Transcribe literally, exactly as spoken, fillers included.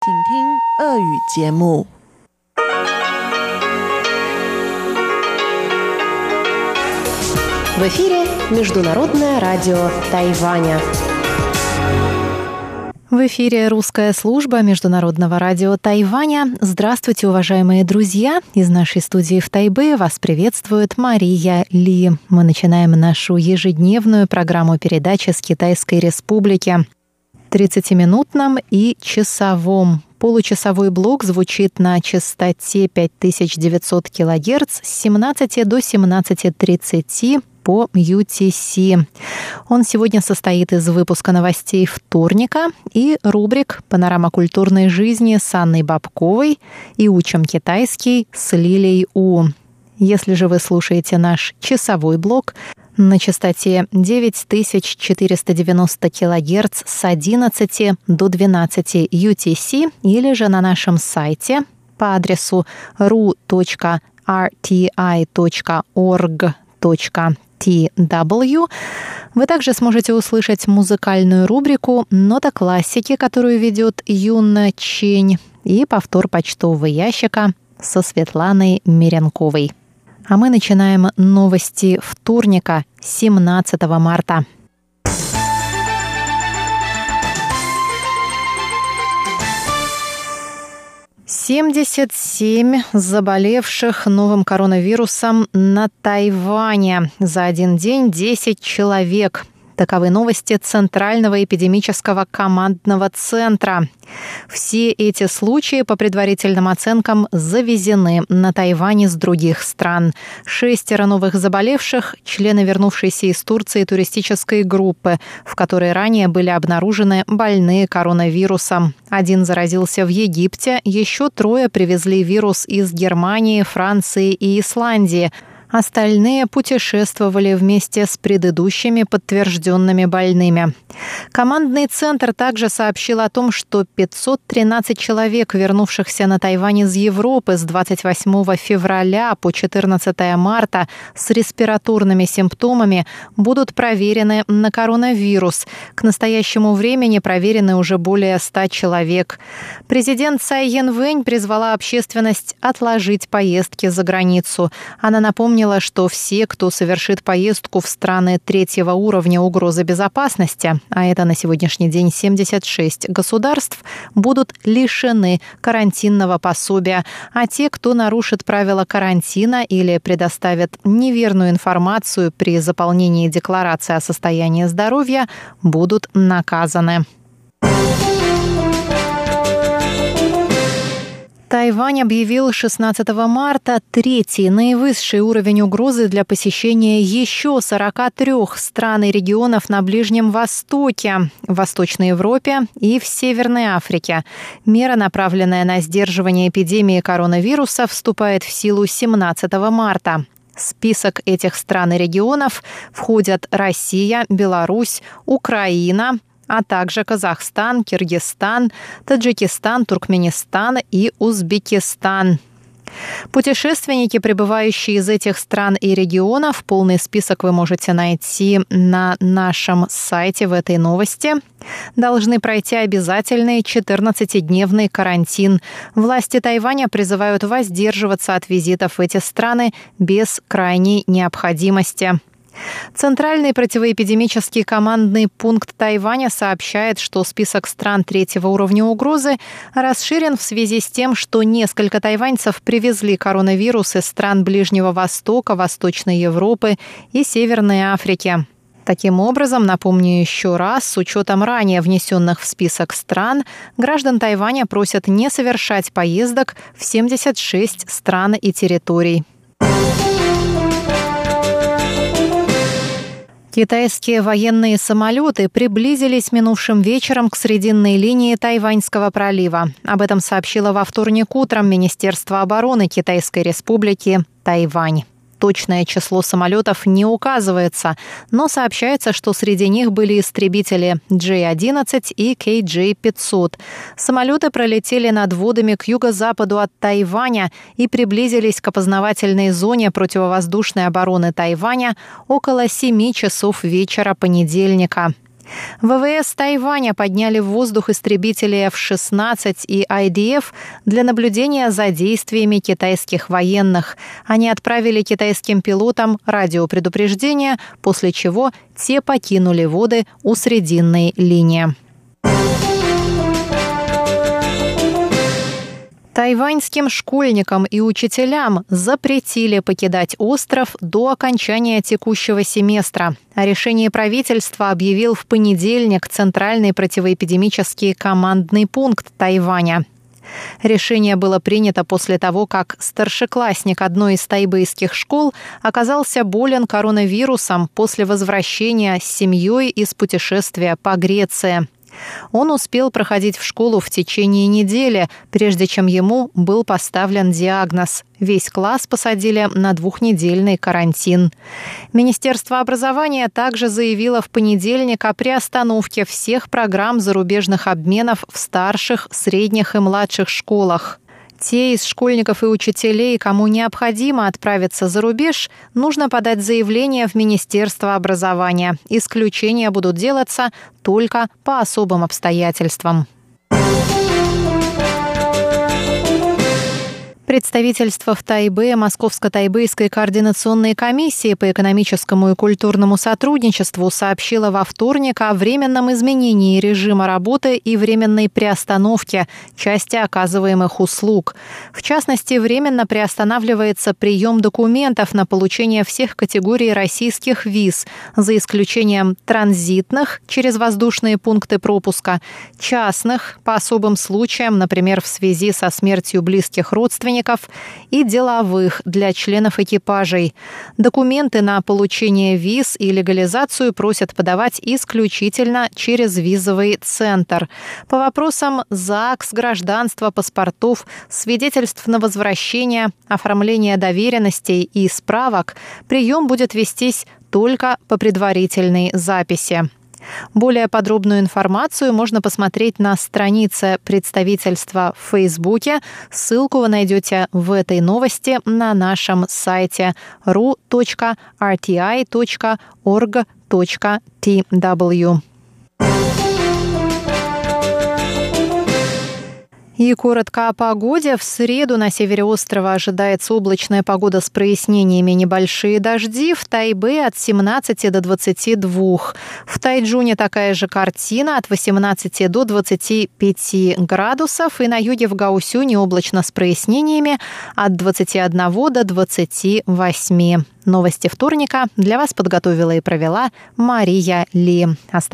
请听俄语节目。 В эфире Международное радио Тайваня. В эфире русская служба Международного радио Тайваня. Здравствуйте, уважаемые друзья! Из нашей студии в Тайбе вас приветствует Мария Ли. Мы начинаем нашу ежедневную программу передачи с Китайской Республики. тридцатиминутном и часовом. Получасовой блок звучит на частоте пять тысяч девятьсот килогерц с семнадцати до семнадцати тридцати по ю ти си. Он сегодня состоит из выпуска новостей вторника и рубрик «Панорама культурной жизни» с Анной Бабковой и «Учим китайский» с Лилей У. Если же вы слушаете наш часовой блок на частоте девять тысяч четыреста девяносто килогерц с одиннадцати до двенадцати ю ти си или же на нашем сайте по адресу ru точка эр ти ай точка орг точка ти дабл ю, вы также сможете услышать музыкальную рубрику «Нота классики», которую ведет Юна Чень, и повтор почтового ящика со Светланой Меренковой. А мы начинаем новости вторника, семнадцатого марта. семьдесят семь заболевших новым коронавирусом на Тайване. За один день десять человек. Таковы новости Центрального эпидемического командного центра. Все эти случаи, по предварительным оценкам, завезены на Тайвань из других стран. Шестеро новых заболевших – члены вернувшейся из Турции туристической группы, в которой ранее были обнаружены больные коронавирусом. Один заразился в Египте, еще трое привезли вирус из Германии, Франции и Исландии. Остальные путешествовали вместе с предыдущими подтвержденными больными. Командный центр также сообщил о том, что пятьсот тринадцать человек, вернувшихся на Тайвань из Европы с двадцать восьмого февраля по четырнадцатого марта с респираторными симптомами, будут проверены на коронавирус. К настоящему времени проверены уже более ста человек. Президент Цай Янвэнь призвала общественность отложить поездки за границу. Она напомнила, что все, кто совершит поездку в страны третьего уровня угрозы безопасности, а это на сегодняшний день семьдесят шесть государств, будут лишены карантинного пособия, а те, кто нарушит правила карантина или предоставит неверную информацию при заполнении декларации о состоянии здоровья, будут наказаны. Тайвань объявил шестнадцатого марта третий наивысший уровень угрозы для посещения еще сорока трёх стран и регионов на Ближнем Востоке, в Восточной Европе и в Северной Африке. Мера, направленная на сдерживание эпидемии коронавируса, вступает в силу семнадцатого марта. В список этих стран и регионов входят Россия, Беларусь, Украина, а также Казахстан, Киргизстан, Таджикистан, Туркменистан и Узбекистан. Путешественники, прибывающие из этих стран и регионов, полный список вы можете найти на нашем сайте в этой новости, должны пройти обязательный четырнадцатидневный карантин. Власти Тайваня призывают воздерживаться от визитов в эти страны без крайней необходимости. Центральный противоэпидемический командный пункт Тайваня сообщает, что список стран третьего уровня угрозы расширен в связи с тем, что несколько тайваньцев привезли коронавирус из стран Ближнего Востока, Восточной Европы и Северной Африки. Таким образом, напомню еще раз, с учетом ранее внесенных в список стран, граждан Тайваня просят не совершать поездок в семьдесят шесть стран и территорий. Китайские военные самолеты приблизились минувшим вечером к срединной линии Тайваньского пролива. Об этом сообщило во вторник утром Министерство обороны Китайской Республики Тайвань. Точное число самолетов не указывается, но сообщается, что среди них были истребители джей одиннадцать и кей джей пятьсот. Самолеты пролетели над водами к юго-западу от Тайваня и приблизились к опознавательной зоне противовоздушной обороны Тайваня около семи часов вечера понедельника. ВВС Тайваня подняли в воздух истребители эф шестнадцать и ай ди эф для наблюдения за действиями китайских военных. Они отправили китайским пилотам радиопредупреждение, после чего те покинули воды у Срединной линии. Тайваньским школьникам и учителям запретили покидать остров до окончания текущего семестра. О решении правительства объявил в понедельник Центральный противоэпидемический командный пункт Тайваня. Решение было принято после того, как старшеклассник одной из тайбэйских школ оказался болен коронавирусом после возвращения с семьей из путешествия по Греции. Он успел проходить в школу в течение недели, прежде чем ему был поставлен диагноз. Весь класс посадили на двухнедельный карантин. Министерство образования также заявило в понедельник о приостановке всех программ зарубежных обменов в старших, средних и младших школах. Те из школьников и учителей, кому необходимо отправиться за рубеж, нужно подать заявление в Министерство образования. Исключения будут делаться только по особым обстоятельствам. Представительство в Тайбе Московско-Тайбэйской координационной комиссии по экономическому и культурному сотрудничеству сообщило во вторник о временном изменении режима работы и временной приостановке части оказываемых услуг. В частности, временно приостанавливается прием документов на получение всех категорий российских виз, за исключением транзитных через воздушные пункты пропуска, частных по особым случаям, например, в связи со смертью близких родственников, и деловых для членов экипажей. Документы на получение виз и легализацию просят подавать исключительно через визовый центр. По вопросам ЗАГС, гражданства, паспортов, свидетельств на возвращение, оформления доверенностей и справок прием будет вестись только по предварительной записи. Более подробную информацию можно посмотреть на странице представительства в Фейсбуке. Ссылку вы найдете в этой новости на нашем сайте ru точка эр ти ай точка орг точка ти дабл ю. И коротко о погоде. В среду на севере острова ожидается облачная погода с прояснениями, небольшие дожди. В Тайбе от семнадцати до двадцати двух. В Тайчжуне такая же картина от восемнадцати до двадцати пяти градусов. И на юге в Гаосюне облачно с прояснениями от двадцати одного до двадцати восьми. Новости вторника для вас подготовила и провела Мария Ли.